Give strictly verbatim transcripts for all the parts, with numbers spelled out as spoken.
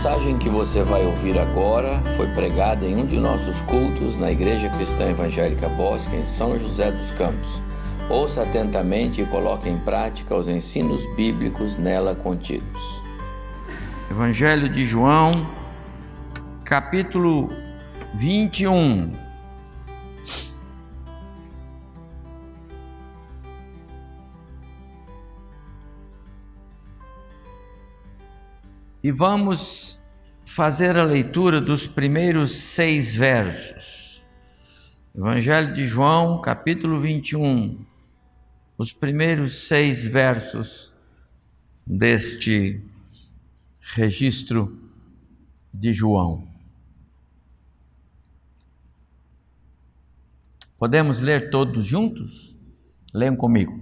mensagem que você vai ouvir agora foi pregada em um de nossos cultos na Igreja Cristã Evangélica Bosque, em São José dos Campos. Ouça atentamente e coloque em prática os ensinos bíblicos nela contidos. Evangelho de João, capítulo vinte e um. E vamos fazer a leitura dos primeiros seis versos. Evangelho de João, capítulo vinte e um. Os primeiros seis versos deste registro de João. Podemos ler todos juntos? Leiam comigo.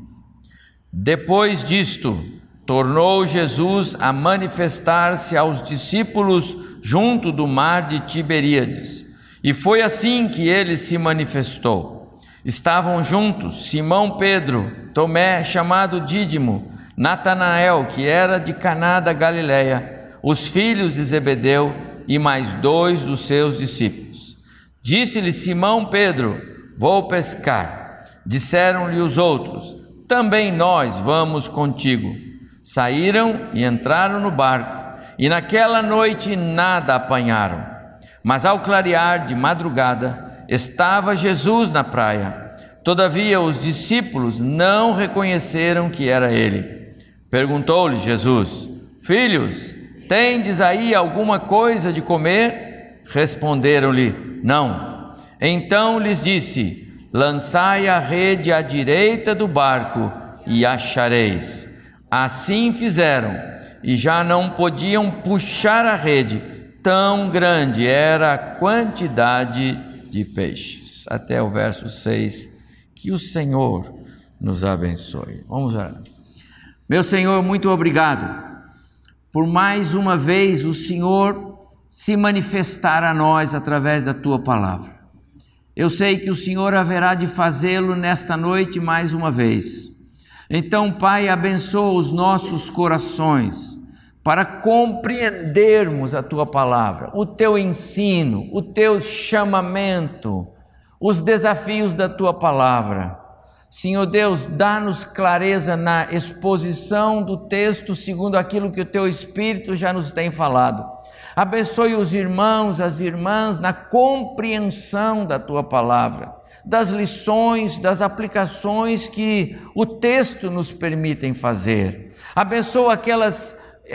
Depois disto, tornou Jesus a manifestar-se aos discípulos junto do mar de Tiberíades. E foi assim que ele se manifestou. Estavam juntos Simão Pedro, Tomé, chamado Dídimo, Natanael, que era de Caná da Galileia, os filhos de Zebedeu e mais dois dos seus discípulos. Disse-lhe Simão Pedro: vou pescar. Disseram-lhe os outros: também nós vamos contigo. Saíram e entraram no barco, e naquela noite nada apanharam. Mas ao clarear de madrugada, estava Jesus na praia. Todavia os discípulos não reconheceram que era ele. Perguntou-lhe Jesus: filhos, tendes aí alguma coisa de comer? Responderam-lhe: não. Então lhes disse: lançai a rede à direita do barco e achareis. Assim fizeram, e já não podiam puxar a rede, tão grande era a quantidade de peixes. Até o verso seis, que o Senhor nos abençoe. Vamos orar. Meu Senhor, muito obrigado por mais uma vez o Senhor se manifestar a nós através da Tua palavra. Eu sei que o Senhor haverá de fazê-lo nesta noite mais uma vez. Então, Pai, abençoa os nossos corações para compreendermos a Tua palavra, o Teu ensino, o Teu chamamento, os desafios da Tua palavra. Senhor Deus, dá-nos clareza na exposição do texto segundo aquilo que o Teu Espírito já nos tem falado. Abençoe os irmãos, as irmãs na compreensão da Tua palavra, das lições, das aplicações que o texto nos permitem fazer. Abençoa aquelas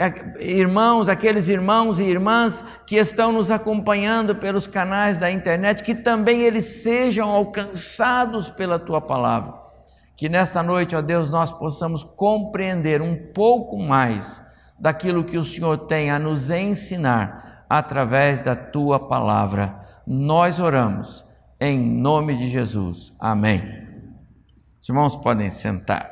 irmãos, aqueles irmãos e irmãs que estão nos acompanhando pelos canais da internet, que também eles sejam alcançados pela Tua palavra. Que nesta noite, ó Deus, nós possamos compreender um pouco mais daquilo que o Senhor tem a nos ensinar através da Tua palavra. Nós oramos em nome de Jesus. Amém. Os irmãos podem sentar.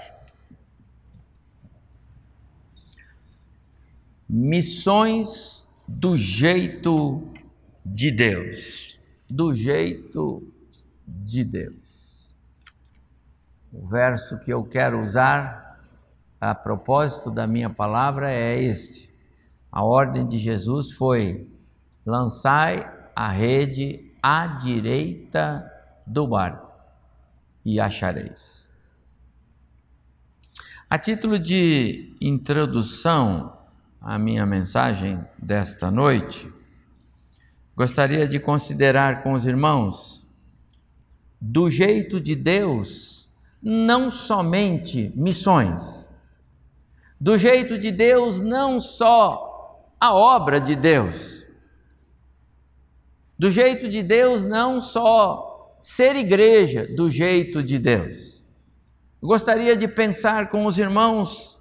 Missões do jeito de Deus. Do jeito de Deus. O verso que eu quero usar a propósito da minha palavra é este. A ordem de Jesus foi: lançai a rede à direita do barco e achareis. A título de introdução à minha mensagem desta noite, gostaria de considerar com os irmãos, do jeito de Deus, não somente missões, do jeito de Deus, não só a obra de Deus, do jeito de Deus, não só ser igreja do jeito de Deus. Eu gostaria de pensar com os irmãos,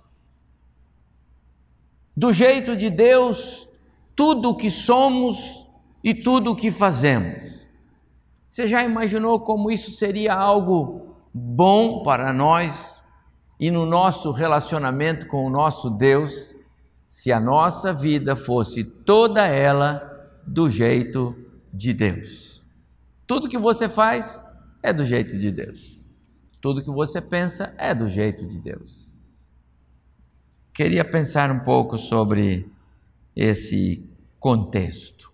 do jeito de Deus, tudo o que somos e tudo o que fazemos. Você já imaginou como isso seria algo bom para nós e no nosso relacionamento com o nosso Deus, se a nossa vida fosse toda ela do jeito de Deus? Tudo que você faz é do jeito de Deus. Tudo que você pensa é do jeito de Deus. Queria pensar um pouco sobre esse contexto.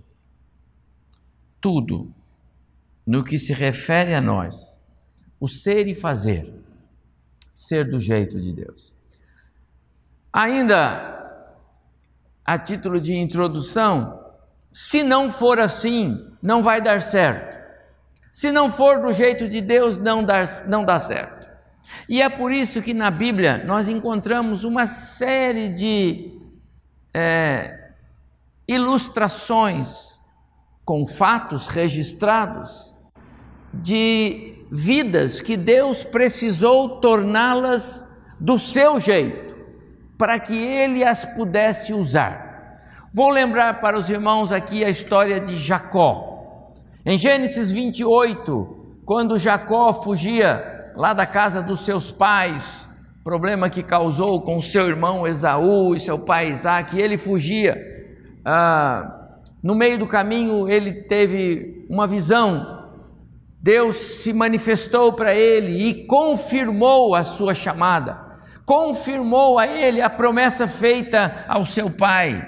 Tudo no que se refere a nós, o ser e fazer, ser do jeito de Deus. Ainda, a título de introdução, se não for assim, não vai dar certo. Se não for do jeito de Deus, não dá, não dá certo. E é por isso que na Bíblia nós encontramos uma série de é, ilustrações com fatos registrados de vidas que Deus precisou torná-las do seu jeito, para que Ele as pudesse usar. Vou lembrar para os irmãos aqui a história de Jacó. Em Gênesis vinte e oito, quando Jacó fugia lá da casa dos seus pais, problema que causou com seu irmão Esaú e seu pai Isaque, ele fugia. Ah, no meio do caminho ele teve uma visão. Deus se manifestou para ele e confirmou a sua chamada, confirmou a ele a promessa feita ao seu pai.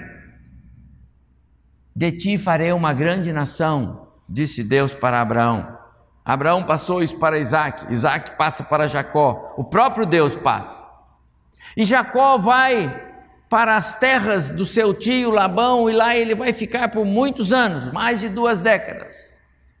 De ti farei uma grande nação, disse Deus para Abraão. Abraão passou isso para Isaque, Isaque passa para Jacó, o próprio Deus passa. E Jacó vai para as terras do seu tio Labão, e lá ele vai ficar por muitos anos, mais de duas décadas.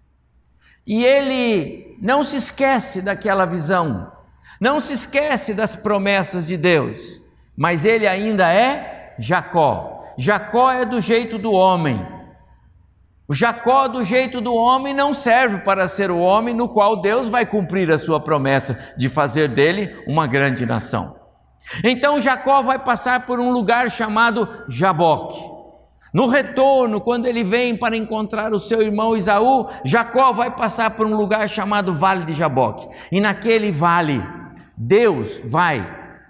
E ele não se esquece daquela visão, não se esquece das promessas de Deus, mas ele ainda é Jacó. Jacó é do jeito do homem. O Jacó do jeito do homem não serve para ser o homem no qual Deus vai cumprir a sua promessa de fazer dele uma grande nação. Então Jacó vai passar por um lugar chamado Jaboque. No retorno, quando ele vem para encontrar o seu irmão Esaú, Jacó vai passar por um lugar chamado Vale de Jaboque. E naquele vale, Deus vai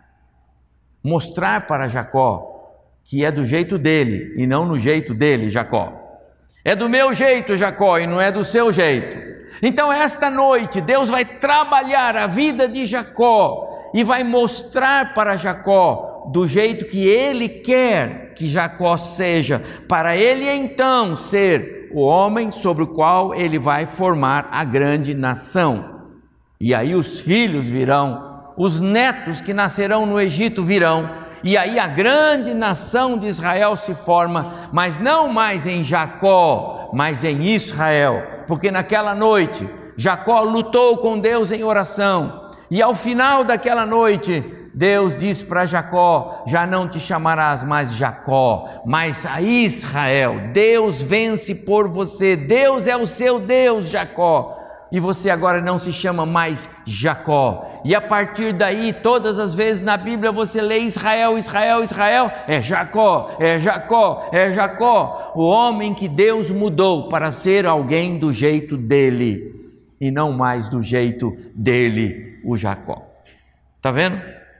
mostrar para Jacó que é do jeito dele e não no jeito dele, Jacó. É do meu jeito, Jacó, e não é do seu jeito. Então esta noite Deus vai trabalhar a vida de Jacó e vai mostrar para Jacó do jeito que ele quer que Jacó seja, para ele então ser o homem sobre o qual ele vai formar a grande nação. E aí os filhos virão, os netos que nascerão no Egito virão, e aí a grande nação de Israel se forma, mas não mais em Jacó, mas em Israel, porque naquela noite Jacó lutou com Deus em oração, e ao final daquela noite Deus diz para Jacó: já não te chamarás mais Jacó, mas a Israel. Deus vence por você, Deus é o seu Deus, Jacó, e você agora não se chama mais Jacó. E a partir daí, todas as vezes na Bíblia você lê Israel, Israel, Israel, é Jacó, é Jacó, é Jacó, o homem que Deus mudou para ser alguém do jeito dele, e não mais do jeito dele, o Jacó. Está vendo?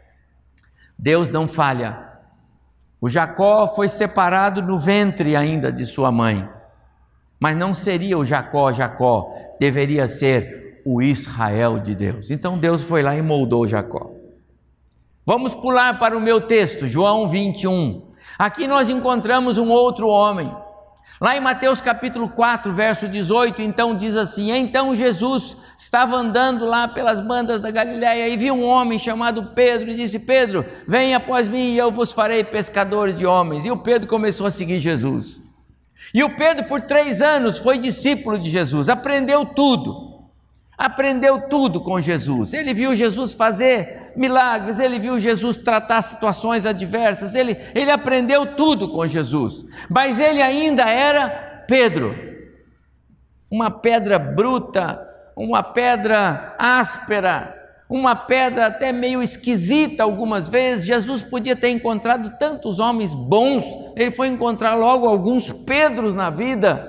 Deus não falha. O Jacó foi separado no ventre ainda de sua mãe, mas não seria o Jacó, Jacó, deveria ser o Israel de Deus. Então Deus foi lá e moldou Jacó. Vamos pular para o meu texto, João vinte e um. Aqui nós encontramos um outro homem. Lá em Mateus capítulo quatro, verso dezoito, então diz assim: então Jesus estava andando lá pelas bandas da Galileia e viu um homem chamado Pedro e disse: Pedro, venha após mim e eu vos farei pescadores de homens. E o Pedro começou a seguir Jesus. E o Pedro por três anos foi discípulo de Jesus, aprendeu tudo, aprendeu tudo com Jesus. Ele viu Jesus fazer milagres, ele viu Jesus tratar situações adversas, ele, ele aprendeu tudo com Jesus, mas ele ainda era Pedro, uma pedra bruta, uma pedra áspera, uma pedra até meio esquisita algumas vezes. Jesus podia ter encontrado tantos homens bons, ele foi encontrar logo alguns Pedros na vida,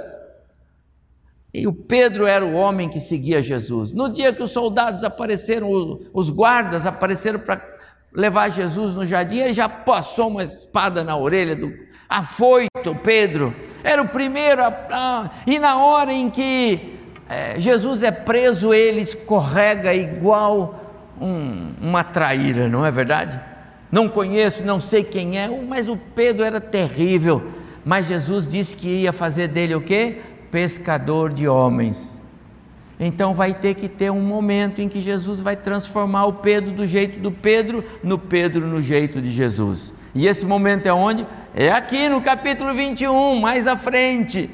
e o Pedro era o homem que seguia Jesus. No dia que os soldados apareceram, os guardas apareceram para levar Jesus no jardim, ele já passou uma espada na orelha do afoito. Pedro era o primeiro a, a, e na hora em que é, Jesus é preso, ele escorrega igual um, uma traíra, não é verdade? Não conheço, não sei quem é, mas o Pedro era terrível. mas Jesus disse que ia fazer dele o quê? Pescador de homens. Então vai ter que ter um momento em que Jesus vai transformar o Pedro do jeito do Pedro, no Pedro no jeito de Jesus. E esse momento é onde? É aqui no capítulo vinte e um, mais à frente.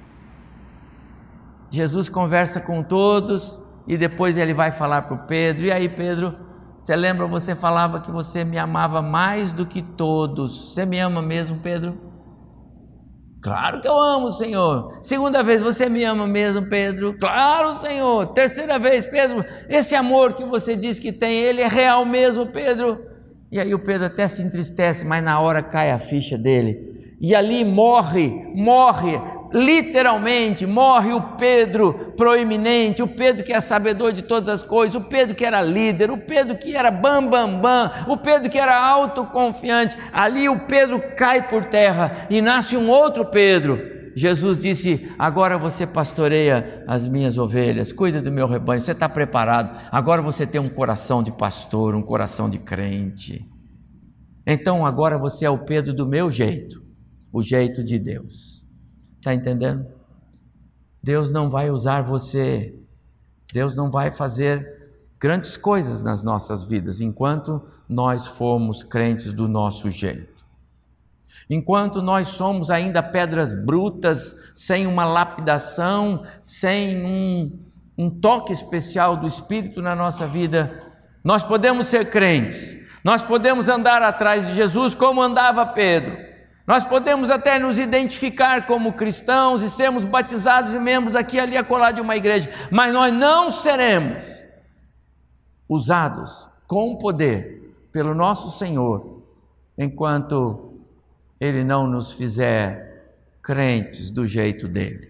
Jesus conversa com todos e depois ele vai falar para o Pedro. E aí, Pedro, você lembra, você falava que você me amava mais do que todos. Você me ama mesmo, Pedro? Claro que eu amo, Senhor. Segunda vez, você me ama mesmo, Pedro? Claro, Senhor. Terceira vez, Pedro, esse amor que você diz que tem, ele é real mesmo, Pedro? E aí o Pedro até se entristece, mas na hora cai a ficha dele. E ali morre, morre, literalmente morre o Pedro proeminente, o Pedro que é sabedor de todas as coisas, o Pedro que era líder, o Pedro que era bam, bam, bam, o Pedro que era autoconfiante. Ali o Pedro cai por terra e nasce um outro Pedro. Jesus disse: agora você pastoreia as minhas ovelhas, cuida do meu rebanho, você está preparado, agora você tem um coração de pastor, um coração de crente. Então agora você é o Pedro do meu jeito, o jeito de Deus. Está entendendo? Deus não vai usar você, Deus não vai fazer grandes coisas nas nossas vidas enquanto nós formos crentes do nosso jeito. Enquanto nós somos ainda pedras brutas, sem uma lapidação, sem um, um toque especial do Espírito na nossa vida, nós podemos ser crentes, nós podemos andar atrás de Jesus como andava Pedro, nós podemos até nos identificar como cristãos e sermos batizados e membros aqui, ali, acolá de uma igreja, mas nós não seremos usados com poder pelo nosso Senhor, enquanto Ele não nos fizer crentes do jeito dele.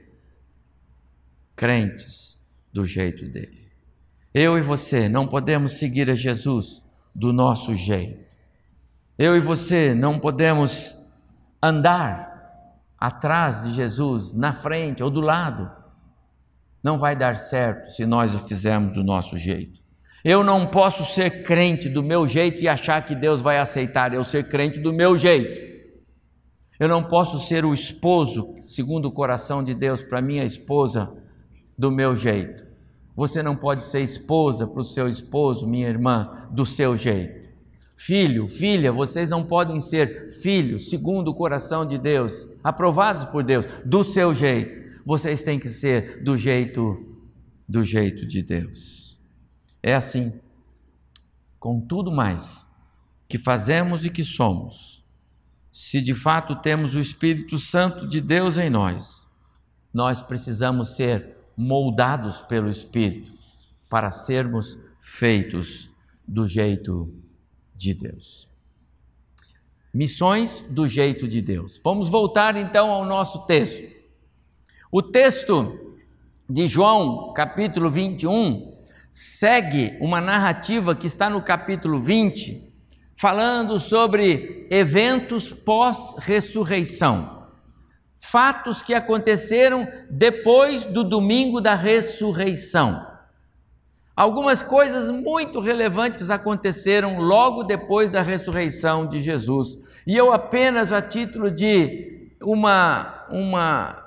Crentes do jeito dele. Eu e você não podemos seguir a Jesus do nosso jeito. Eu e você não podemos andar atrás de Jesus, na frente ou do lado. Não vai dar certo se nós o fizermos do nosso jeito. Eu não posso ser crente do meu jeito e achar que Deus vai aceitar eu ser crente do meu jeito. Eu não posso ser o esposo, segundo o coração de Deus, para minha esposa, do meu jeito. Você não pode ser esposa para o seu esposo, minha irmã, do seu jeito. Filho, filha, vocês não podem ser filhos, segundo o coração de Deus, aprovados por Deus, do seu jeito. Vocês têm que ser do jeito, do jeito de Deus. É assim, com tudo mais que fazemos e que somos. Se de fato temos o Espírito Santo de Deus em nós, nós precisamos ser moldados pelo Espírito para sermos feitos do jeito de Deus. Missões do jeito de Deus. Vamos voltar então ao nosso texto. O texto de João, capítulo vinte e um, segue uma narrativa que está no capítulo vinte, falando sobre eventos pós-ressurreição, fatos que aconteceram depois do domingo da ressurreição. Algumas coisas muito relevantes aconteceram logo depois da ressurreição de Jesus, e eu apenas a título de uma, uma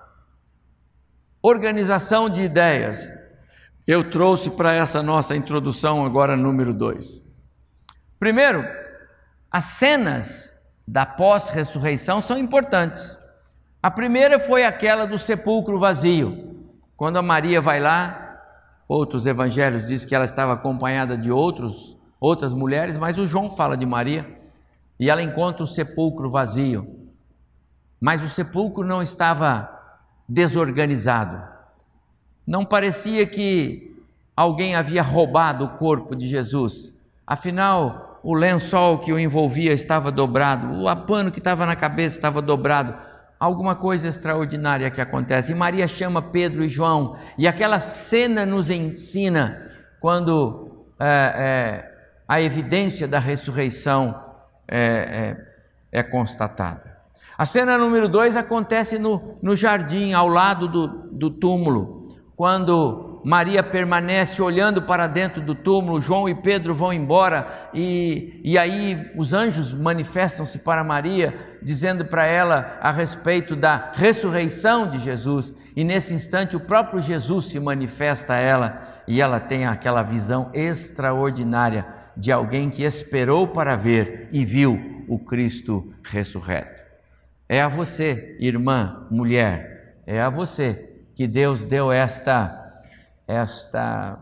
organização de ideias, eu trouxe para essa nossa introdução agora número dois. Primeiro, as cenas da pós-ressurreição são importantes. A primeira foi aquela do sepulcro vazio. Quando a Maria vai lá, outros evangelhos dizem que ela estava acompanhada de outros, outras mulheres, mas o João fala de Maria, e ela encontra o sepulcro vazio. Mas o sepulcro não estava desorganizado. Não parecia que alguém havia roubado o corpo de Jesus. Afinal, o lençol que o envolvia estava dobrado, o pano que estava na cabeça estava dobrado. Alguma coisa extraordinária que acontece. E Maria chama Pedro e João, e aquela cena nos ensina quando é, é, a evidência da ressurreição é, é, é constatada. A cena número dois acontece no, no jardim, ao lado do, do túmulo, quando Maria permanece olhando para dentro do túmulo, João e Pedro vão embora e, e aí os anjos manifestam-se para Maria, dizendo para ela a respeito da ressurreição de Jesus, e nesse instante o próprio Jesus se manifesta a ela e ela tem aquela visão extraordinária de alguém que esperou para ver e viu o Cristo ressurreto. É a você, irmã, mulher, é a você que Deus deu esta esta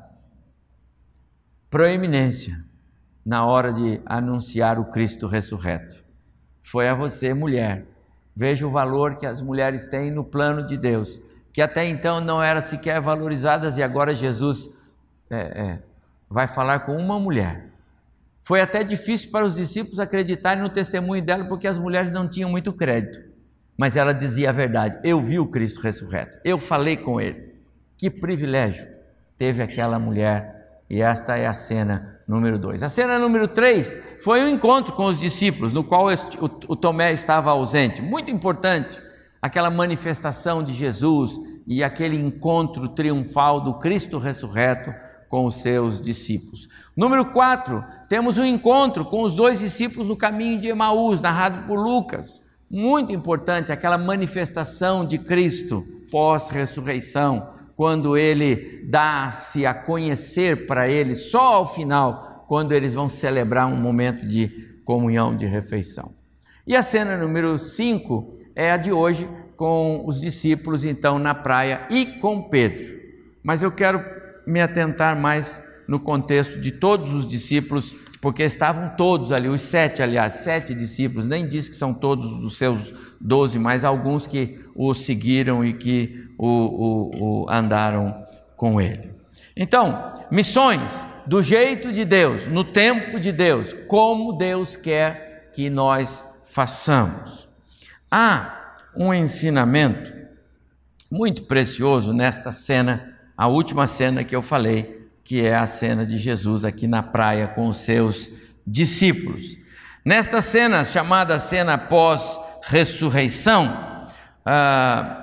proeminência na hora de anunciar o Cristo ressurreto. Foi a você, mulher. Veja o valor que as mulheres têm no plano de Deus, que até então não eram sequer valorizadas, e agora Jesus é, é, vai falar com uma mulher. Foi até difícil para os discípulos acreditarem no testemunho dela, porque as mulheres não tinham muito crédito, mas ela dizia a verdade: eu vi o Cristo ressurreto, eu falei com ele. Que privilégio teve aquela mulher, e esta é a cena número dois. A cena número três foi um encontro com os discípulos, no qual o Tomé estava ausente. Muito importante, aquela manifestação de Jesus e aquele encontro triunfal do Cristo ressurreto com os seus discípulos. Número quatro, temos um encontro com os dois discípulos no caminho de Emaús, narrado por Lucas. Muito importante, aquela manifestação de Cristo pós-ressurreição, quando ele dá-se a conhecer para eles só ao final, quando eles vão celebrar um momento de comunhão, de refeição. E a cena número cinco é a de hoje, com os discípulos então na praia e com Pedro. Mas eu quero me atentar mais no contexto de todos os discípulos, porque estavam todos ali, os sete, aliás, sete discípulos, nem diz que são todos os seus doze, mas alguns que o seguiram e que o, o, o andaram com ele. Então, missões do jeito de Deus, no tempo de Deus, como Deus quer que nós façamos. Há um ensinamento muito precioso nesta cena, a última cena que eu falei, que é a cena de Jesus aqui na praia com os seus discípulos. Nesta cena, chamada cena pós-ressurreição, ah,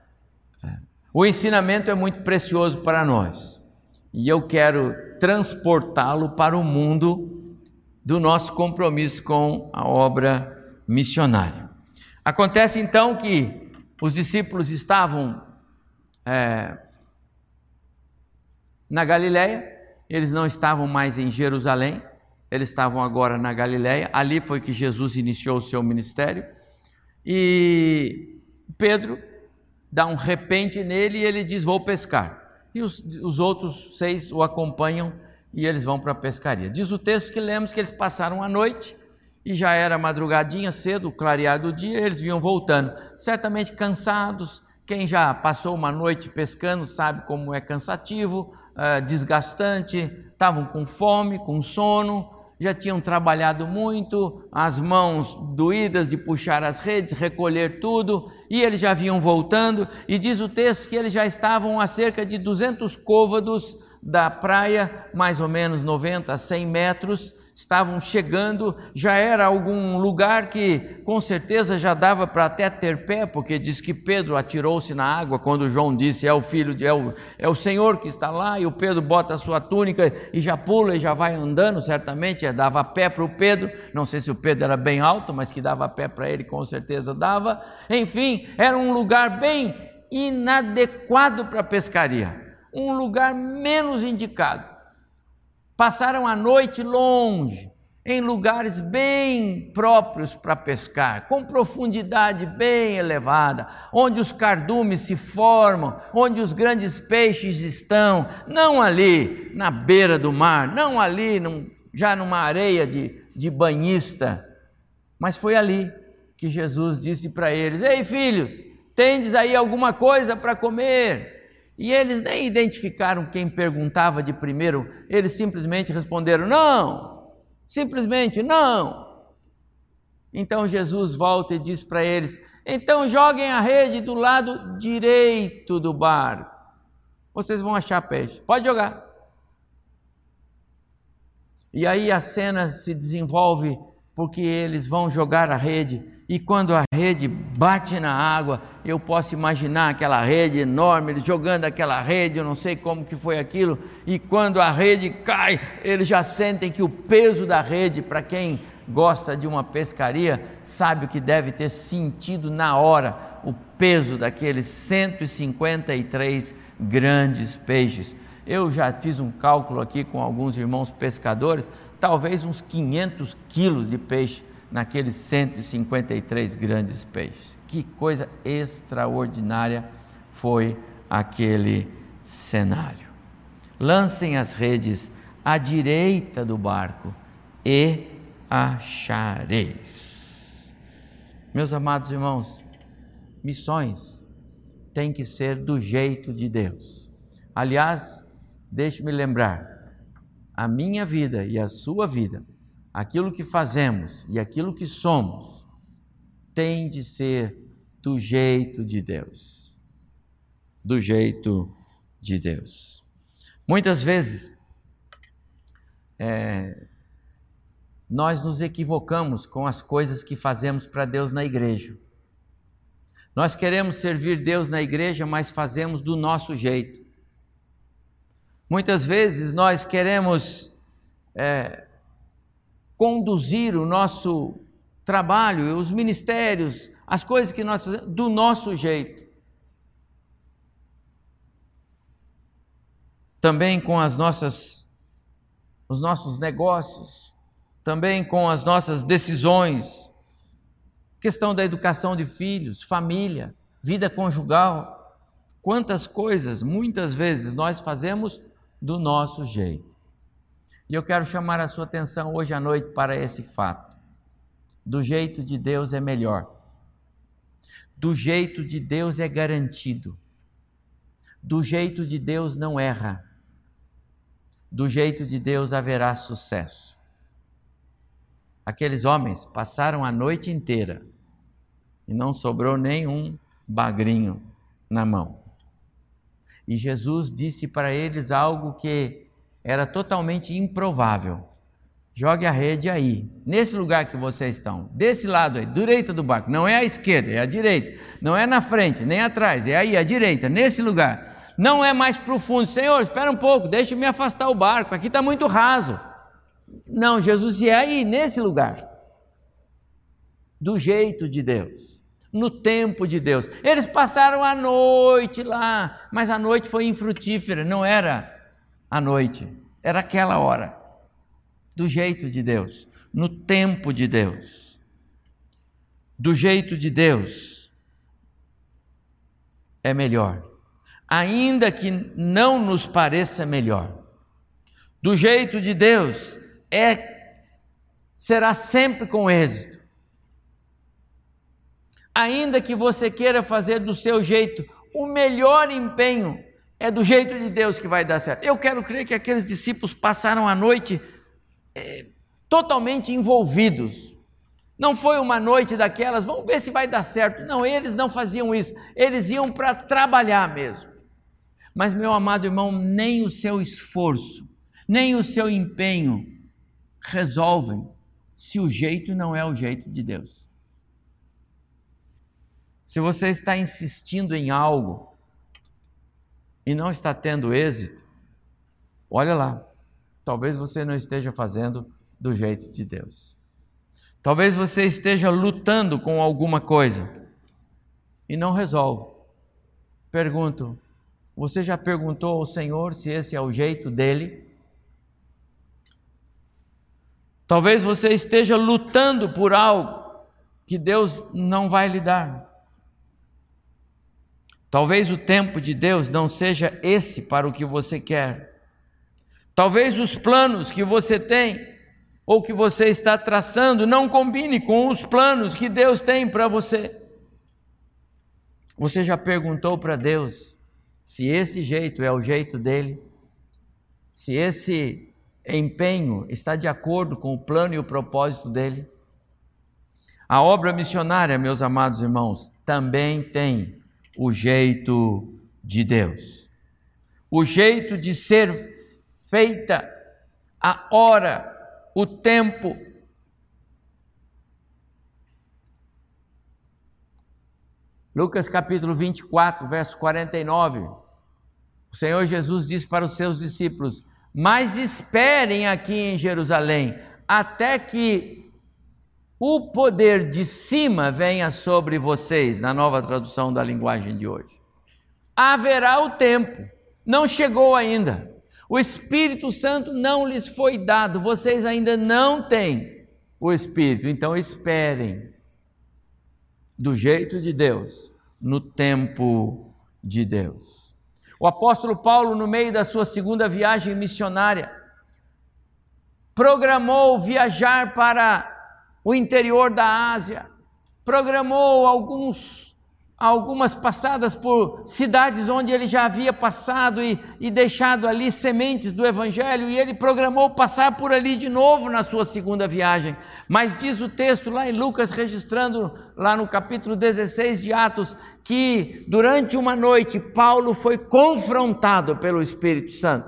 o ensinamento é muito precioso para nós, e eu quero transportá-lo para o mundo do nosso compromisso com a obra missionária. Acontece então que os discípulos estavam é, na Galileia, eles não estavam mais em Jerusalém, eles estavam agora na Galileia. Ali foi que Jesus iniciou o seu ministério, e Pedro dá um repente nele e ele diz: vou pescar. E os, os outros seis o acompanham e eles vão para a pescaria. Diz o texto que lemos que eles passaram a noite e já era madrugadinha, cedo, clareado o dia, eles vinham voltando, certamente cansados. Quem já passou uma noite pescando sabe como é cansativo, uh, desgastante. Estavam com fome, com sono, já tinham trabalhado muito, as mãos doídas de puxar as redes, recolher tudo, e eles já vinham voltando, e diz o texto que eles já estavam a cerca de duzentos côvados da praia, mais ou menos noventa a cem metros, estavam chegando, já era algum lugar que com certeza já dava para até ter pé, porque diz que Pedro atirou-se na água quando João disse: é o filho de, é o, é o Senhor que está lá, e o Pedro bota a sua túnica e já pula e já vai andando, certamente dava pé para o Pedro, não sei se o Pedro era bem alto, mas que dava pé para ele com certeza dava. Enfim, era um lugar bem inadequado para pescaria, um lugar menos indicado. Passaram a noite longe, em lugares bem próprios para pescar, com profundidade bem elevada, onde os cardumes se formam, onde os grandes peixes estão, não ali na beira do mar, não ali num, já numa areia de, de banhista, mas foi ali que Jesus disse para eles: ei filhos, tendes aí alguma coisa para comer? E eles nem identificaram quem perguntava de primeiro, eles simplesmente responderam: não, simplesmente não. Então Jesus volta e diz para eles: então joguem a rede do lado direito do barco, vocês vão achar peixe, pode jogar. E aí a cena se desenvolve porque eles vão jogar a rede, e quando a rede bate na água, eu posso imaginar aquela rede enorme, eles jogando aquela rede, eu não sei como que foi aquilo, e quando a rede cai, eles já sentem que o peso da rede, para quem gosta de uma pescaria, sabe o que deve ter sentido na hora, o peso daqueles cento e cinquenta e três grandes peixes. Eu já fiz um cálculo aqui com alguns irmãos pescadores, talvez uns quinhentos quilos de peixe naqueles cento e cinquenta e três grandes peixes. Que coisa extraordinária foi aquele cenário. Lancem as redes à direita do barco e achareis. Meus amados irmãos, missões têm que ser do jeito de Deus. Aliás, deixe-me lembrar, a minha vida e a sua vida, aquilo que fazemos e aquilo que somos, tem de ser do jeito de Deus. Do jeito de Deus. Muitas vezes, é, nós nos equivocamos com as coisas que fazemos para Deus na igreja. Nós queremos servir Deus na igreja, mas fazemos do nosso jeito. Muitas vezes nós queremos é, conduzir o nosso trabalho, os ministérios, as coisas que nós fazemos do nosso jeito. Também com as nossas, os nossos negócios, também com as nossas decisões, questão da educação de filhos, família, vida conjugal, quantas coisas, muitas vezes, nós fazemos do nosso jeito. E eu quero chamar a sua atenção hoje à noite para esse fato. Do jeito de Deus é melhor. Do jeito de Deus é garantido. Do jeito de Deus não erra. Do jeito de Deus haverá sucesso. Aqueles homens passaram a noite inteira e não sobrou nenhum bagrinho na mão. E Jesus disse para eles algo que era totalmente improvável. Jogue a rede aí, nesse lugar que vocês estão, desse lado aí, direita do barco. Não é à esquerda, é à direita. Não é na frente, nem atrás, é aí, à direita, nesse lugar. Não é mais profundo. Senhor, espera um pouco, deixa eu me afastar o barco, aqui está muito raso. Não, Jesus disse, é aí, nesse lugar. Do jeito de Deus. No tempo de Deus. Eles passaram a noite lá, mas a noite foi infrutífera, não era a noite, era aquela hora. Do jeito de Deus, no tempo de Deus. Do jeito de Deus é melhor, ainda que não nos pareça melhor. Do jeito de Deus é será sempre com êxito. Ainda que você queira fazer do seu jeito, o melhor empenho é do jeito de Deus que vai dar certo. Eu quero crer que aqueles discípulos passaram a noite é, totalmente envolvidos. Não foi uma noite daquelas, vamos ver se vai dar certo. Não, eles não faziam isso. Eles iam para trabalhar mesmo. Mas, meu amado irmão, nem o seu esforço, nem o seu empenho resolvem se o jeito não é o jeito de Deus. Se você está insistindo em algo e não está tendo êxito, olha lá, talvez você não esteja fazendo do jeito de Deus. Talvez você esteja lutando com alguma coisa e não resolve. Pergunto, você já perguntou ao Senhor se esse é o jeito dele? Talvez você esteja lutando por algo que Deus não vai lhe dar. Talvez o tempo de Deus não seja esse para o que você quer. Talvez os planos que você tem ou que você está traçando não combine com os planos que Deus tem para você. Você já perguntou para Deus se esse jeito é o jeito dele? Se esse empenho está de acordo com o plano e o propósito dele? A obra missionária, meus amados irmãos, também tem o jeito de Deus. O jeito de ser feita a hora, o tempo Lucas capítulo vinte e quatro, verso quarenta e nove. O Senhor Jesus disse para os seus discípulos: mas esperem aqui em Jerusalém, até que o poder de cima venha sobre vocês, na nova tradução da linguagem de hoje. Haverá o tempo, não chegou ainda. O Espírito Santo não lhes foi dado, vocês ainda não têm o Espírito, então esperem do jeito de Deus, no tempo de Deus. O apóstolo Paulo, no meio da sua segunda viagem missionária, programou viajar para o interior da Ásia, programou alguns algumas passadas por cidades onde ele já havia passado e, e deixado ali sementes do Evangelho, e ele programou passar por ali de novo na sua segunda viagem. Mas diz o texto lá em Lucas, registrando lá no capítulo dezesseis de Atos, que durante uma noite Paulo foi confrontado pelo Espírito Santo,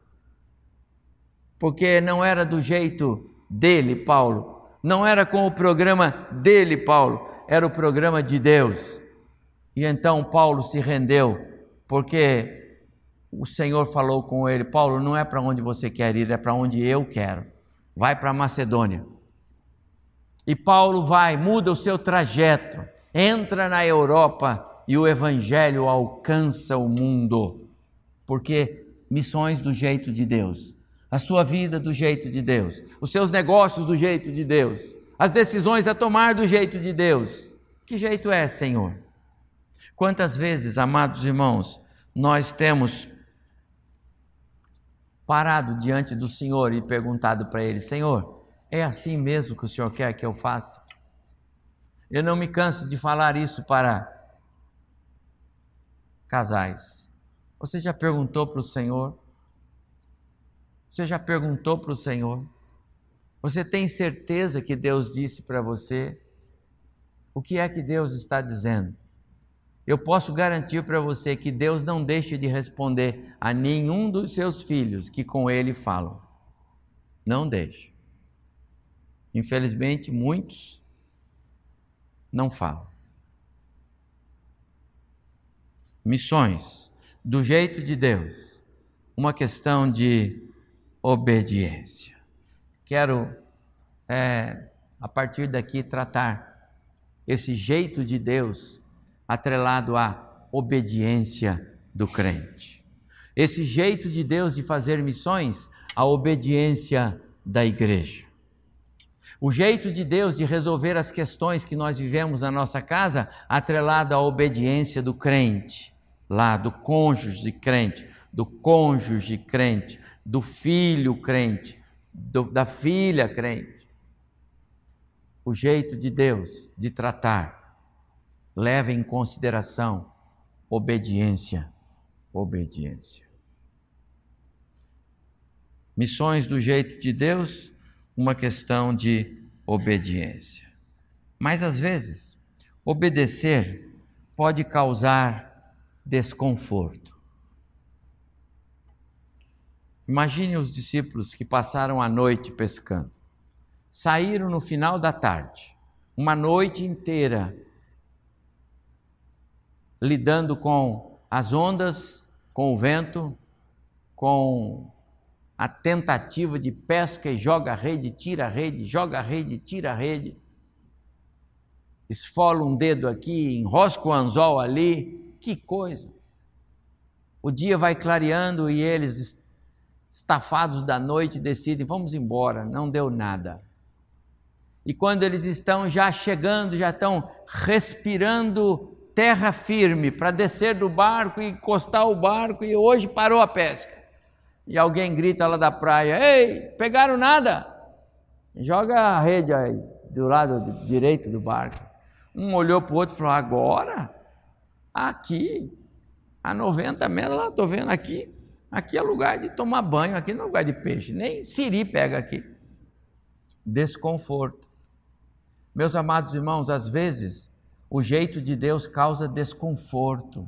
porque não era do jeito dele, Paulo, não era com o programa dele, Paulo, era o programa de Deus. E então Paulo se rendeu, porque o Senhor falou com ele: Paulo, não é para onde você quer ir, é para onde eu quero. Vai para a Macedônia. E Paulo vai, muda o seu trajeto, entra na Europa e o Evangelho alcança o mundo. Porque missões do jeito de Deus, a sua vida do jeito de Deus, os seus negócios do jeito de Deus, as decisões a tomar do jeito de Deus. Que jeito é, Senhor? Quantas vezes, amados irmãos, nós temos parado diante do Senhor e perguntado para Ele: Senhor, é assim mesmo que o Senhor quer que eu faça? Eu não me canso de falar isso para casais. Você já perguntou para o Senhor? Você já perguntou para o Senhor? Você tem certeza que Deus disse para você? O que é que Deus está dizendo? Eu posso garantir para você que Deus não deixa de responder a nenhum dos seus filhos que com Ele falam. Não deixa. Infelizmente, muitos não falam. Missões, do jeito de Deus, uma questão de obediência. Quero, é, a partir daqui, tratar esse jeito de Deus atrelado à obediência do crente. Esse jeito de Deus de fazer missões, a obediência da igreja. O jeito de Deus de resolver as questões que nós vivemos na nossa casa, atrelado à obediência do crente, lá do cônjuge crente, do cônjuge crente, do filho crente, do, da filha crente. O jeito de Deus de tratar leva em consideração obediência, obediência. Missões do jeito de Deus, uma questão de obediência. Mas às vezes, obedecer pode causar desconforto. Imagine os discípulos que passaram a noite pescando. Saíram no final da tarde, uma noite inteira, lidando com as ondas, com o vento, com a tentativa de pesca e joga a rede, tira a rede, joga a rede, tira a rede, esfola um dedo aqui, enrosca o anzol ali, que coisa! O dia vai clareando e eles, estafados da noite, decidem: vamos embora, não deu nada. E quando eles estão já chegando, já estão respirando terra firme para descer do barco e encostar o barco, e hoje parou a pesca. E alguém grita lá da praia: ei, pegaram nada? Joga a rede aí, do lado direito do barco. Um olhou para o outro e falou: agora? Aqui, a noventa metros, lá estou vendo aqui, aqui é lugar de tomar banho, aqui não é lugar de peixe, nem siri pega aqui. Desconforto. Meus amados irmãos, às vezes o jeito de Deus causa desconforto,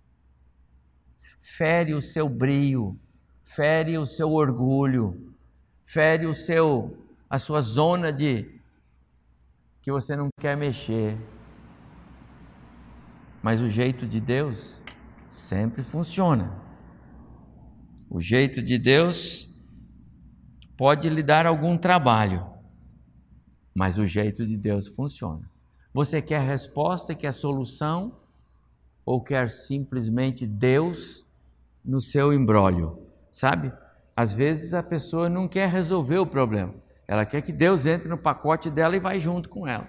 fere o seu brio, fere o seu orgulho, fere o seu, a sua zona de que você não quer mexer. Mas o jeito de Deus sempre funciona. O jeito de Deus pode lhe dar algum trabalho, mas o jeito de Deus funciona. Você quer resposta, quer solução, ou quer simplesmente Deus no seu imbróglio? Sabe? Às vezes a pessoa não quer resolver o problema, ela quer que Deus entre no pacote dela e vai junto com ela.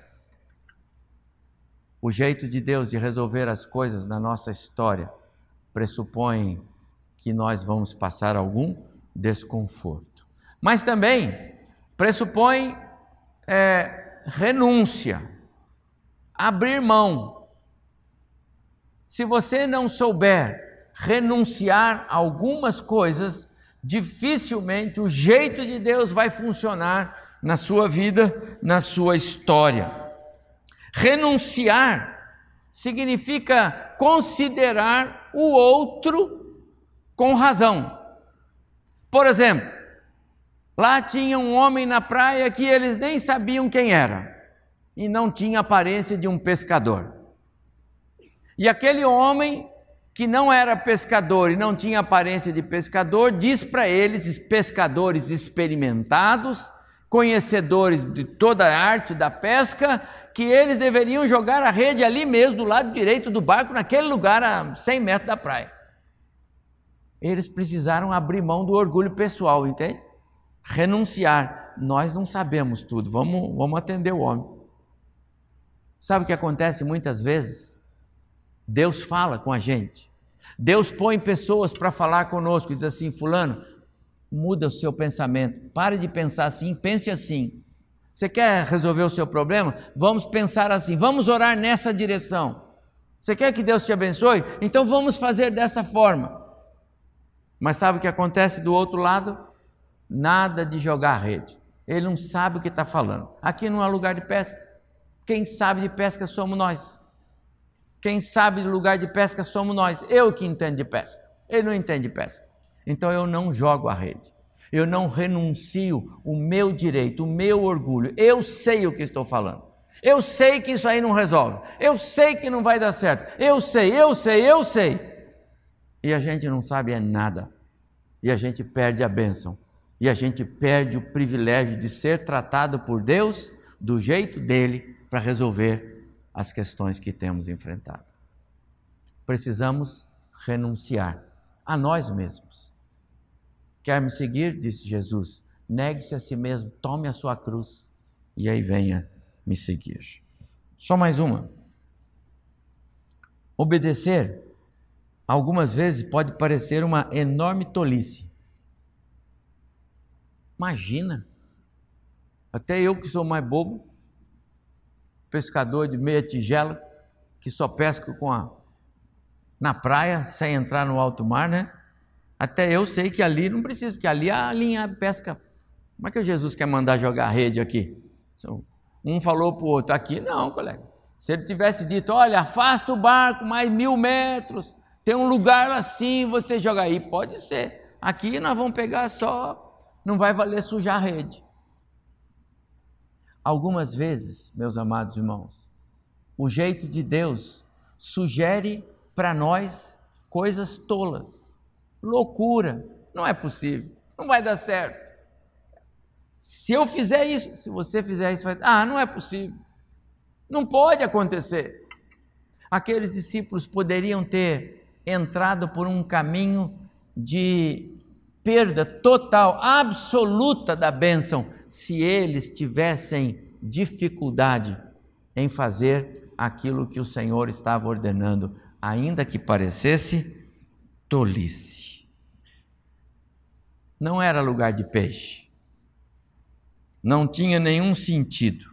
O jeito de Deus de resolver as coisas na nossa história pressupõe que nós vamos passar algum desconforto, mas também pressupõe é, renúncia, abrir mão. Se você não souber renunciar a algumas coisas, dificilmente o jeito de Deus vai funcionar na sua vida, na sua história. Renunciar significa considerar o outro com razão. Por exemplo, lá tinha um homem na praia que eles nem sabiam quem era e não tinha aparência de um pescador. E aquele homem que não era pescador e não tinha aparência de pescador, diz para eles, pescadores experimentados, conhecedores de toda a arte da pesca, que eles deveriam jogar a rede ali mesmo, do lado direito do barco, naquele lugar a cem metros da praia. Eles precisaram abrir mão do orgulho pessoal, entende? Renunciar. Nós não sabemos tudo, vamos, vamos atender o homem. Sabe o que acontece muitas vezes? Deus fala com a gente. Deus põe pessoas para falar conosco e diz assim: fulano, muda o seu pensamento, pare de pensar assim, pense assim. Você quer resolver o seu problema? Vamos pensar assim, vamos orar nessa direção. Você quer que Deus te abençoe? Então vamos fazer dessa forma. Mas sabe o que acontece do outro lado? Nada de jogar a rede. Ele não sabe o que está falando. Aqui não é lugar de pesca. Quem sabe de pesca somos nós. Quem sabe do lugar de pesca somos nós. Eu que entendo de pesca. Ele não entende de pesca. Então eu não jogo a rede. Eu não renuncio o meu direito, o meu orgulho. Eu sei o que estou falando. Eu sei que isso aí não resolve. Eu sei que não vai dar certo. Eu sei, eu sei, eu sei. E a gente não sabe é nada. E a gente perde a bênção. E a gente perde o privilégio de ser tratado por Deus do jeito dele para resolver as questões que temos enfrentado. Precisamos renunciar a nós mesmos. Quer me seguir? Disse Jesus. Negue-se a si mesmo, tome a sua cruz e aí venha me seguir. Só mais uma. Obedecer, algumas vezes, pode parecer uma enorme tolice. Imagina, até eu que sou mais bobo, pescador de meia tigela, que só pesco com a, na praia, sem entrar no alto mar, né? Até eu sei que ali não precisa, porque ali a linha pesca. Como é que Jesus quer mandar jogar a rede aqui? Um falou para o outro, aqui não, colega. Se ele tivesse dito, olha, afasta o barco mais mil metros, tem um lugar assim, você joga aí. Pode ser. Aqui nós vamos pegar só, não vai valer sujar a rede. Algumas vezes, meus amados irmãos, o jeito de Deus sugere para nós coisas tolas, loucura, não é possível, não vai dar certo. Se eu fizer isso, se você fizer isso, vai... ah, não é possível, não pode acontecer. Aqueles discípulos poderiam ter entrado por um caminho de perda total, absoluta da bênção, se eles tivessem dificuldade em fazer aquilo que o Senhor estava ordenando, ainda que parecesse tolice. Não era lugar de peixe, não tinha nenhum sentido,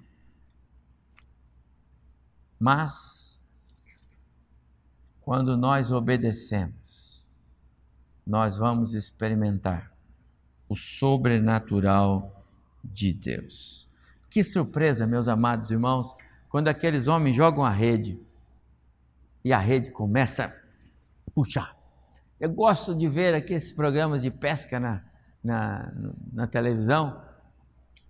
mas quando nós obedecemos, nós vamos experimentar o sobrenatural de Deus. Que surpresa, meus amados irmãos, quando aqueles homens jogam a rede e a rede começa a puxar. Eu gosto de ver aqueles programas de pesca na, na, na televisão.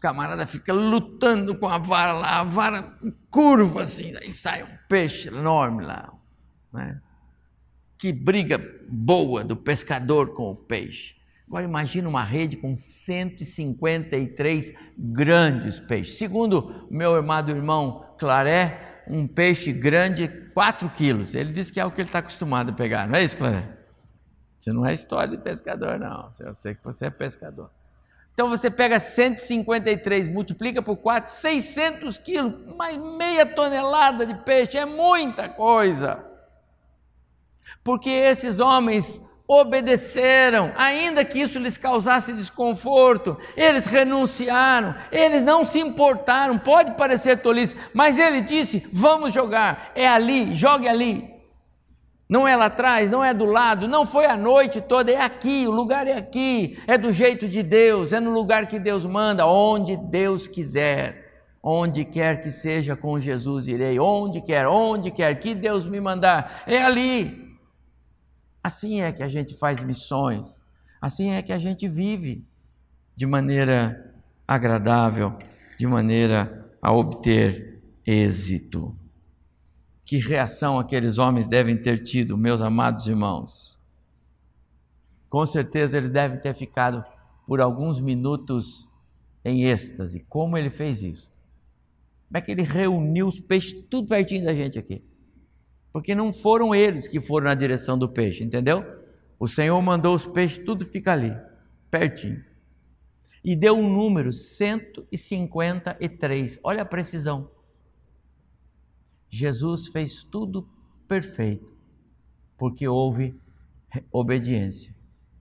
camarada fica lutando com a vara lá, a vara curva assim, aí sai um peixe enorme lá, né? Que briga boa do pescador com o peixe. Agora imagina uma rede com cento e cinquenta e três grandes peixes. Segundo o meu amado irmão Claré, um peixe grande, quatro quilos. Ele diz que é o que ele está acostumado a pegar, não é isso, Claré? Isso não é história de pescador, não. Eu sei que você é pescador. Então você pega cento e cinquenta e três, multiplica por quatro, seiscentos quilos, mais meia tonelada de peixe, é muita coisa. Porque esses homens obedeceram, ainda que isso lhes causasse desconforto, eles renunciaram, eles não se importaram, pode parecer tolice, mas ele disse, vamos jogar, é ali, jogue ali, não é lá atrás, não é do lado, não foi a noite toda, é aqui, o lugar é aqui, é do jeito de Deus, é no lugar que Deus manda, onde Deus quiser, onde quer que seja com Jesus irei, onde quer, onde quer que Deus me mandar, é ali. Assim é que a gente faz missões, assim é que a gente vive de maneira agradável, de maneira a obter êxito. Que reação aqueles homens devem ter tido, meus amados irmãos? Com certeza eles devem ter ficado por alguns minutos em êxtase. Como ele fez isso? Como é que ele reuniu os peixes tudo pertinho da gente aqui? Porque não foram eles que foram na direção do peixe, entendeu? O Senhor mandou os peixes, tudo fica ali, pertinho. E deu um número, cento e cinquenta e três. Olha a precisão. Jesus fez tudo perfeito, porque houve obediência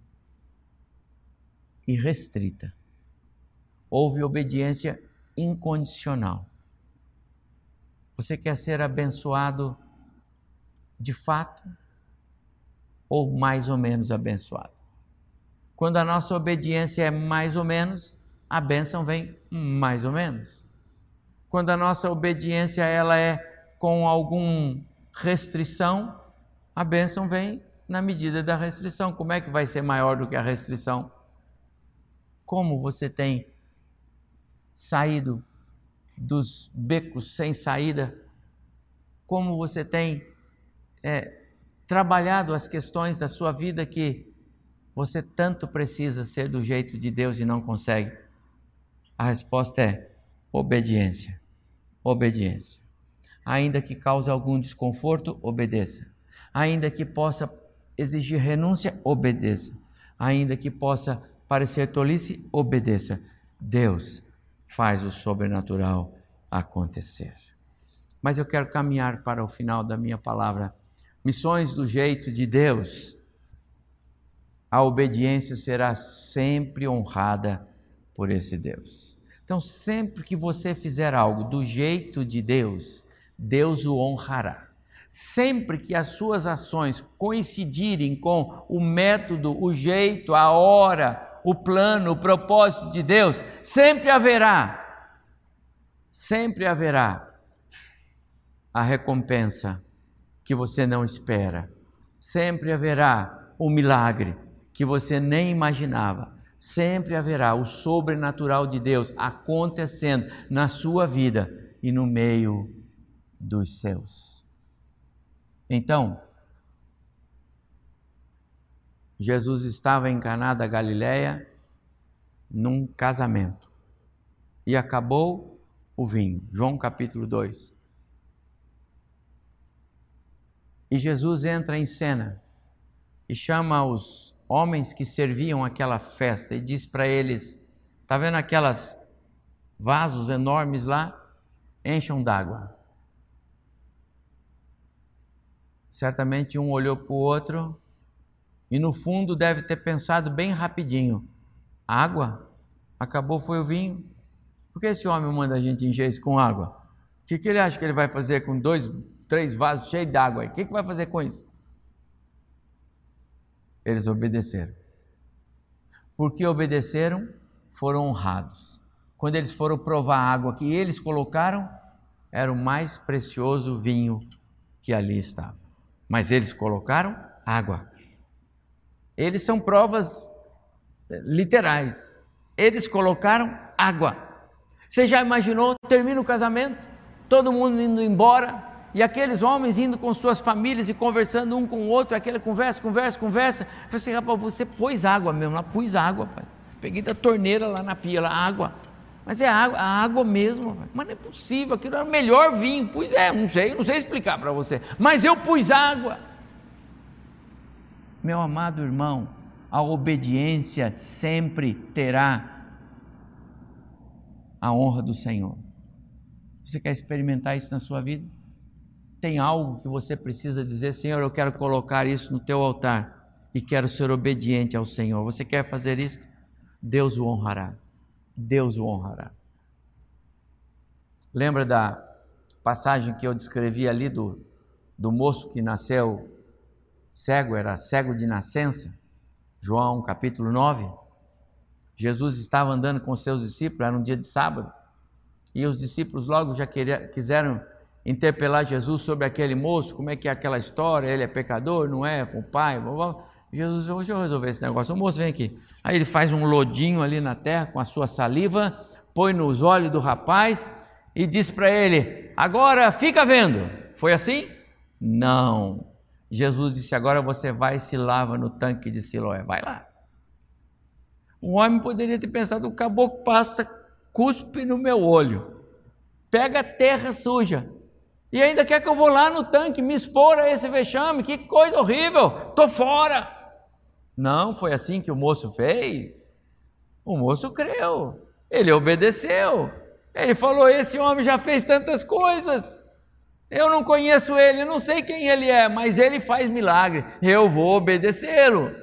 irrestrita. Houve obediência incondicional. Você quer ser abençoado de fato, ou mais ou menos abençoado? Quando a nossa obediência é mais ou menos, a bênção vem mais ou menos. Quando a nossa obediência ela é com alguma restrição, a bênção vem na medida da restrição. Como é que vai ser maior do que a restrição? Como você tem saído dos becos sem saída? Como você tem É, trabalhado as questões da sua vida que você tanto precisa ser do jeito de Deus e não consegue? A resposta é obediência, obediência. Ainda que cause algum desconforto, obedeça. Ainda que possa exigir renúncia, obedeça. Ainda que possa parecer tolice, obedeça. Deus faz o sobrenatural acontecer. Mas eu quero caminhar para o final da minha palavra. Missões do jeito de Deus. A obediência será sempre honrada por esse Deus. Então, sempre que você fizer algo do jeito de Deus, Deus o honrará. Sempre que as suas ações coincidirem com o método, o jeito, a hora, o plano, o propósito de Deus, sempre haverá, sempre haverá a recompensa que você não espera. Sempre haverá um milagre que você nem imaginava. Sempre haverá o sobrenatural de Deus acontecendo na sua vida e no meio dos seus. Então, Jesus estava em Caná da Galileia num casamento e acabou o vinho. João capítulo dois. E Jesus entra em cena e chama os homens que serviam aquela festa e diz para eles, está vendo aquelas vasos enormes lá? Encham d'água. Certamente um olhou para o outro e no fundo deve ter pensado bem rapidinho, água? Acabou foi o vinho? Por que esse homem manda a gente encher isso com água? O que, que ele acha que ele vai fazer com dois, três vasos cheios d'água aí? O que, que vai fazer com isso? Eles obedeceram. Porque obedeceram, foram honrados. Quando eles foram provar a água que eles colocaram, era o mais precioso vinho que ali estava. Mas eles colocaram água. Eles são provas literais. Eles colocaram água. Você já imaginou? Termina o casamento, todo mundo indo embora, e aqueles homens indo com suas famílias e conversando um com o outro, aquela conversa, conversa, conversa. Eu falei assim, rapaz, você pôs água mesmo, lá pus água, pai. Peguei da torneira lá na pia, lá, água. Mas é água, a água mesmo, pai. Mas não é possível, aquilo era o melhor vinho. Pois é, não sei, não sei explicar para você, mas eu pus água. Meu amado irmão, a obediência sempre terá a honra do Senhor. Você quer experimentar isso na sua vida? Tem algo que você precisa dizer, Senhor, eu quero colocar isso no teu altar e quero ser obediente ao Senhor. Você quer fazer isso? Deus o honrará. Deus o honrará. Lembra da passagem que eu descrevi ali do, do moço que nasceu cego, era cego de nascença? João capítulo nove. Jesus estava andando com seus discípulos, era um dia de sábado, e os discípulos logo já queria, quiseram interpelar Jesus sobre aquele moço, como é que é aquela história, ele é pecador, não é, com o pai, blá, blá. Jesus, deixa eu resolver esse negócio, o moço vem aqui, aí ele faz um lodinho ali na terra com a sua saliva, põe nos olhos do rapaz e diz para ele, agora fica vendo. Foi assim? Não. Jesus disse, agora você vai e se lava no tanque de Siloé, vai lá. O homem poderia ter pensado, o caboclo passa, cuspe no meu olho, pega terra suja, e ainda quer que eu vou lá no tanque me expor a esse vexame, que coisa horrível, estou fora. Não foi assim que o moço fez. O moço creu, ele obedeceu, ele falou, esse homem já fez tantas coisas, eu não conheço ele, não sei quem ele é, mas ele faz milagre, eu vou obedecê-lo.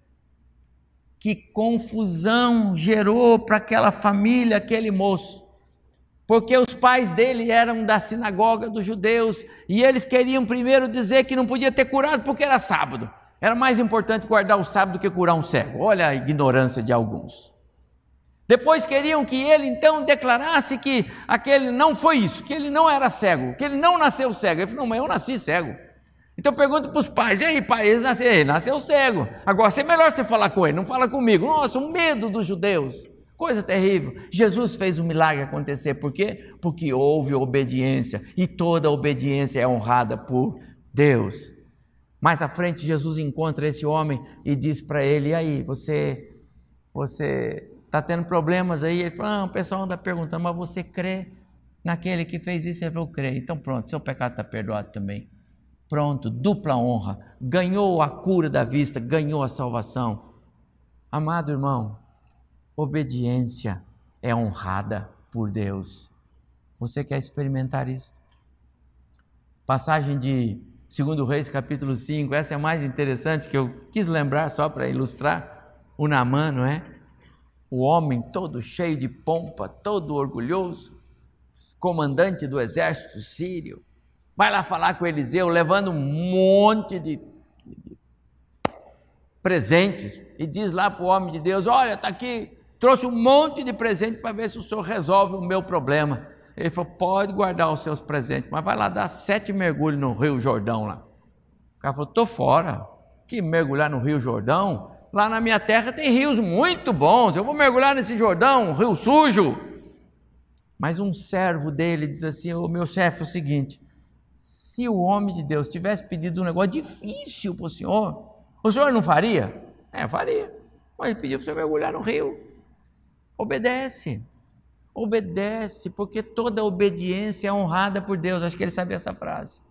Que confusão gerou para aquela família, aquele moço, porque os pais dele eram da sinagoga dos judeus, e eles queriam primeiro dizer que não podia ter curado porque era sábado, era mais importante guardar o sábado do que curar um cego. Olha a ignorância de alguns. Depois queriam que ele então declarasse que aquele não foi isso, que ele não era cego, que ele não nasceu cego. Ele falou, não, mas eu nasci cego. Então pergunta para os pais, e aí pai, ele nasceu, ele nasceu cego, agora é melhor você falar com ele, não fala comigo. Nossa, o medo dos judeus, coisa terrível. Jesus fez um milagre acontecer, por quê? Porque houve obediência, e toda obediência é honrada por Deus. Mais à frente Jesus encontra esse homem e diz para ele, e aí, você você está tendo problemas aí? Ele fala, ah, o pessoal anda perguntando, mas você crê naquele que fez isso? Ele falou, creio. Então pronto, seu pecado está perdoado também. Pronto, dupla honra, ganhou a cura da vista, ganhou a salvação. Amado irmão, obediência é honrada por Deus. Você quer experimentar isso? Passagem de Segundo Reis, capítulo cinco, essa é a mais interessante, que eu quis lembrar só para ilustrar o Naamã, não é? O homem todo cheio de pompa, todo orgulhoso, comandante do exército sírio, vai lá falar com Eliseu, levando um monte de, de presentes, e diz lá para o homem de Deus, olha, está aqui, trouxe um monte de presente para ver se o senhor resolve o meu problema. Ele falou, pode guardar os seus presentes, mas vai lá dar sete mergulhos no Rio Jordão lá. O cara falou, estou fora, que mergulhar no Rio Jordão? Lá na minha terra tem rios muito bons, eu vou mergulhar nesse Jordão, um rio sujo. Mas um servo dele diz assim, o meu chefe, é o seguinte, se o homem de Deus tivesse pedido um negócio difícil para o senhor, o senhor não faria? É, faria. Mas ele pediu para o senhor mergulhar no rio. Obedece. Obedece, porque toda obediência é honrada por Deus. Acho que ele sabia essa frase.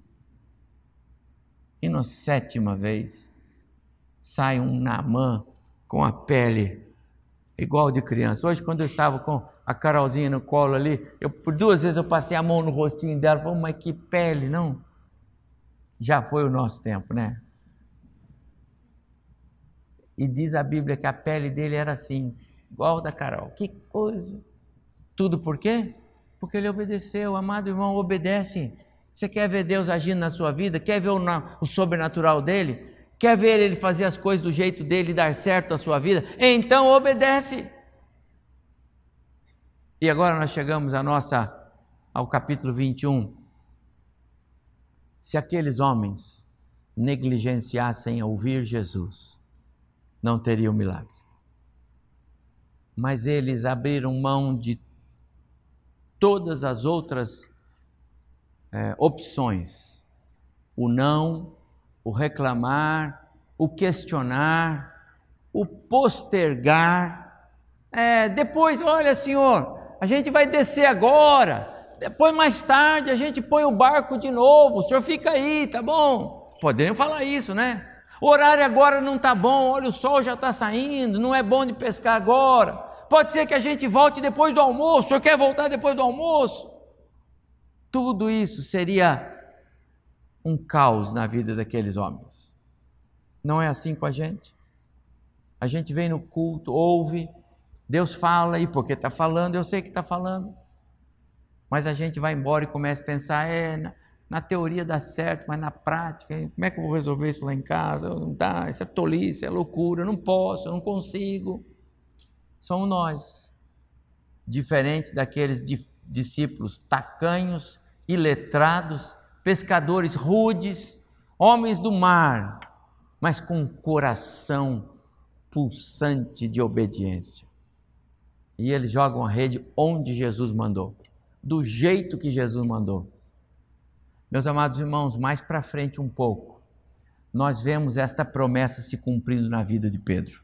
E na sétima vez, sai um Naamã com a pele igual de criança. Hoje, quando eu estava com a Carolzinha no colo ali, eu, por duas vezes eu passei a mão no rostinho dela, falei, mas que pele, não? Já foi o nosso tempo, né? E diz a Bíblia que a pele dele era assim, igual a da Carol. Que coisa! Tudo por quê? Porque ele obedeceu. Amado irmão, obedece. Você quer ver Deus agindo na sua vida? Quer ver o, o sobrenatural dele? Quer ver ele fazer as coisas do jeito dele e dar certo na sua vida? Então obedece. E agora nós chegamos a nossa, ao capítulo vinte e um. Se aqueles homens negligenciassem ouvir Jesus, não teria o milagre. Mas eles abriram mão de todas as outras é, opções. O não, o reclamar, o questionar, o postergar. É, depois, olha, Senhor, a gente vai descer agora, depois mais tarde a gente põe o barco de novo, o Senhor fica aí, tá bom? Poderiam falar isso, né? O horário agora não tá bom, olha, o sol já está saindo, não é bom de pescar agora. Pode ser que a gente volte depois do almoço, o Senhor quer voltar depois do almoço? Tudo isso seria um caos na vida daqueles homens. Não é assim com a gente? A gente vem no culto, ouve, Deus fala, e porque está falando, eu sei que está falando. Mas a gente vai embora e começa a pensar, é, na, na teoria dá certo, mas na prática, como é que eu vou resolver isso lá em casa? Não dá, isso é tolice, é loucura, eu não posso, eu não consigo. Somos nós, diferente daqueles discípulos tacanhos, iletrados, pescadores rudes, homens do mar, mas com um coração pulsante de obediência. E eles jogam a rede onde Jesus mandou, do jeito que Jesus mandou. Meus amados irmãos, mais para frente um pouco, nós vemos esta promessa se cumprindo na vida de Pedro.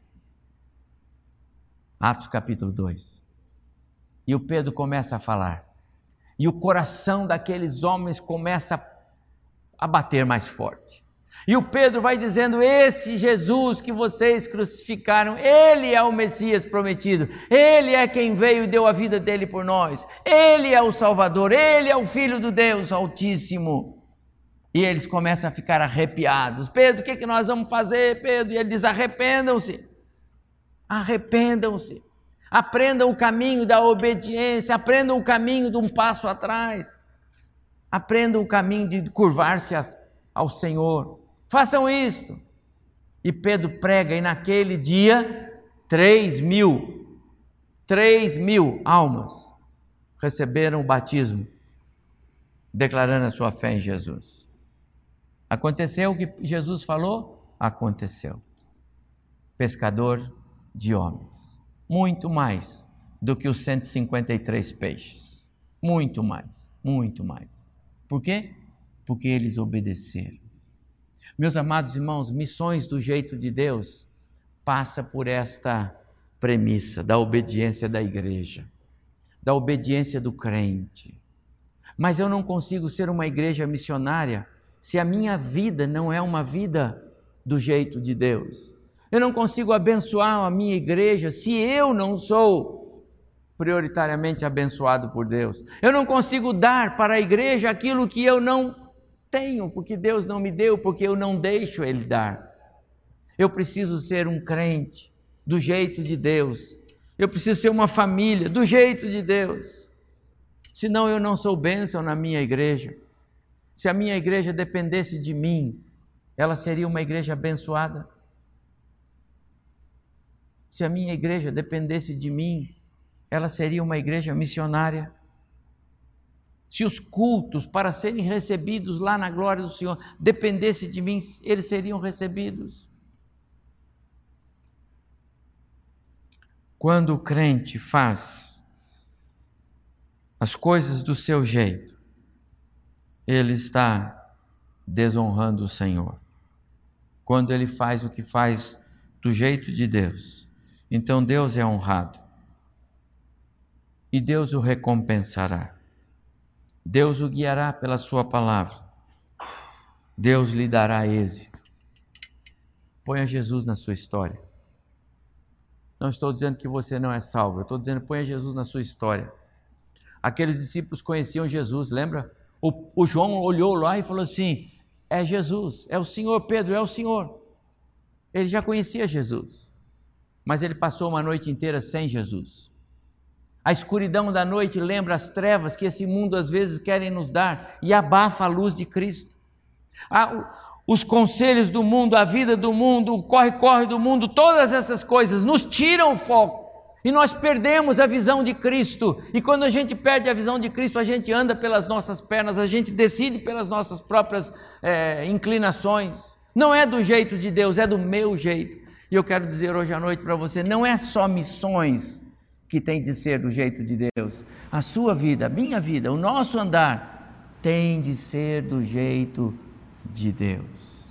Atos capítulo dois. E o Pedro começa a falar. E o coração daqueles homens começa a bater mais forte. E o Pedro vai dizendo, esse Jesus que vocês crucificaram, ele é o Messias prometido, ele é quem veio e deu a vida dele por nós, ele é o Salvador, ele é o Filho do Deus Altíssimo. E eles começam a ficar arrepiados. Pedro, o que, que nós vamos fazer, Pedro? E ele diz, arrependam-se, arrependam-se, aprendam o caminho da obediência, aprendam o caminho de um passo atrás, aprendam o caminho de curvar-se ao Senhor. Façam isto. E Pedro prega, e naquele dia, três mil, três mil almas receberam o batismo, declarando a sua fé em Jesus. Aconteceu o que Jesus falou? Aconteceu. Pescador de homens. Muito mais do que os cento e cinquenta e três peixes. Muito mais, muito mais. Por quê? Porque eles obedeceram. Meus amados irmãos, missões do jeito de Deus passa por esta premissa da obediência da igreja, da obediência do crente. Mas eu não consigo ser uma igreja missionária se a minha vida não é uma vida do jeito de Deus. Eu não consigo abençoar a minha igreja se eu não sou prioritariamente abençoado por Deus. Eu não consigo dar para a igreja aquilo que eu não tenho, porque Deus não me deu, porque eu não deixo Ele dar. Eu preciso ser um crente do jeito de Deus. Eu preciso ser uma família do jeito de Deus. Senão eu não sou bênção na minha igreja. Se a minha igreja dependesse de mim, ela seria uma igreja abençoada. Se a minha igreja dependesse de mim, ela seria uma igreja missionária. Se os cultos para serem recebidos lá na glória do Senhor dependesse de mim, eles seriam recebidos. Quando o crente faz as coisas do seu jeito, ele está desonrando o Senhor. Quando ele faz o que faz do jeito de Deus, então Deus é honrado e Deus o recompensará. Deus o guiará pela sua palavra. Deus lhe dará êxito. Ponha Jesus na sua história. Não estou dizendo que você não é salvo, eu estou dizendo ponha Jesus na sua história. Aqueles discípulos conheciam Jesus, lembra? O, o João olhou lá e falou assim, é Jesus, é o Senhor, Pedro, é o Senhor. Ele já conhecia Jesus, mas ele passou uma noite inteira sem Jesus. A escuridão da noite lembra as trevas que esse mundo às vezes querem nos dar e abafa a luz de Cristo. Ah, os conselhos do mundo, a vida do mundo, o corre-corre do mundo, todas essas coisas nos tiram o foco e nós perdemos a visão de Cristo. E quando a gente perde a visão de Cristo, a gente anda pelas nossas pernas, a gente decide pelas nossas próprias é, inclinações. Não é do jeito de Deus, é do meu jeito. E eu quero dizer hoje à noite para você, não é só missões que tem de ser do jeito de Deus. A sua vida, a minha vida, o nosso andar tem de ser do jeito de Deus.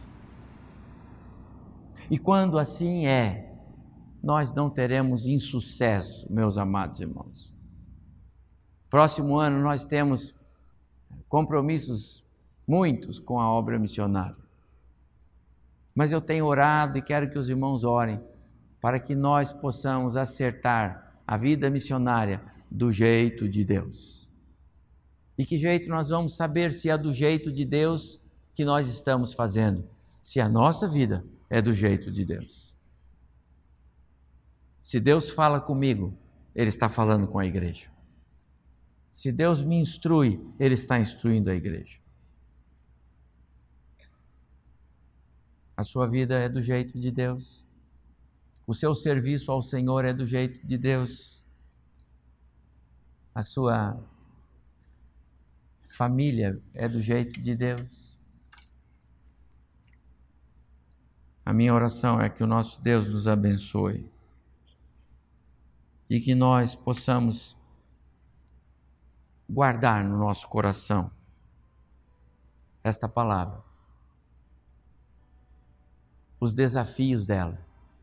E quando assim é, nós não teremos insucesso, meus amados irmãos. Próximo ano nós temos compromissos muitos com a obra missionária. Mas eu tenho orado e quero que os irmãos orem para que nós possamos acertar a vida missionária do jeito de Deus. E que jeito nós vamos saber se é do jeito de Deus que nós estamos fazendo? Se a nossa vida é do jeito de Deus. Se Deus fala comigo, Ele está falando com a igreja. Se Deus me instrui, Ele está instruindo a igreja. A sua vida é do jeito de Deus. O seu serviço ao Senhor é do jeito de Deus. A sua família é do jeito de Deus. A minha oração é que o nosso Deus nos abençoe e que nós possamos guardar no nosso coração esta palavra, os desafios dela.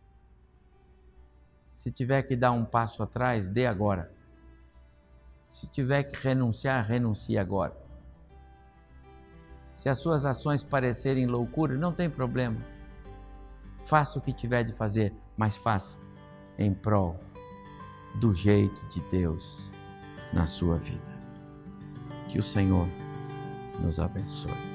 Se tiver que dar um passo atrás, dê agora. Se tiver que renunciar, renuncie agora. Se as suas ações parecerem loucura, não tem problema. Faça o que tiver de fazer, mas faça em prol do jeito de Deus na sua vida. Que o Senhor nos abençoe.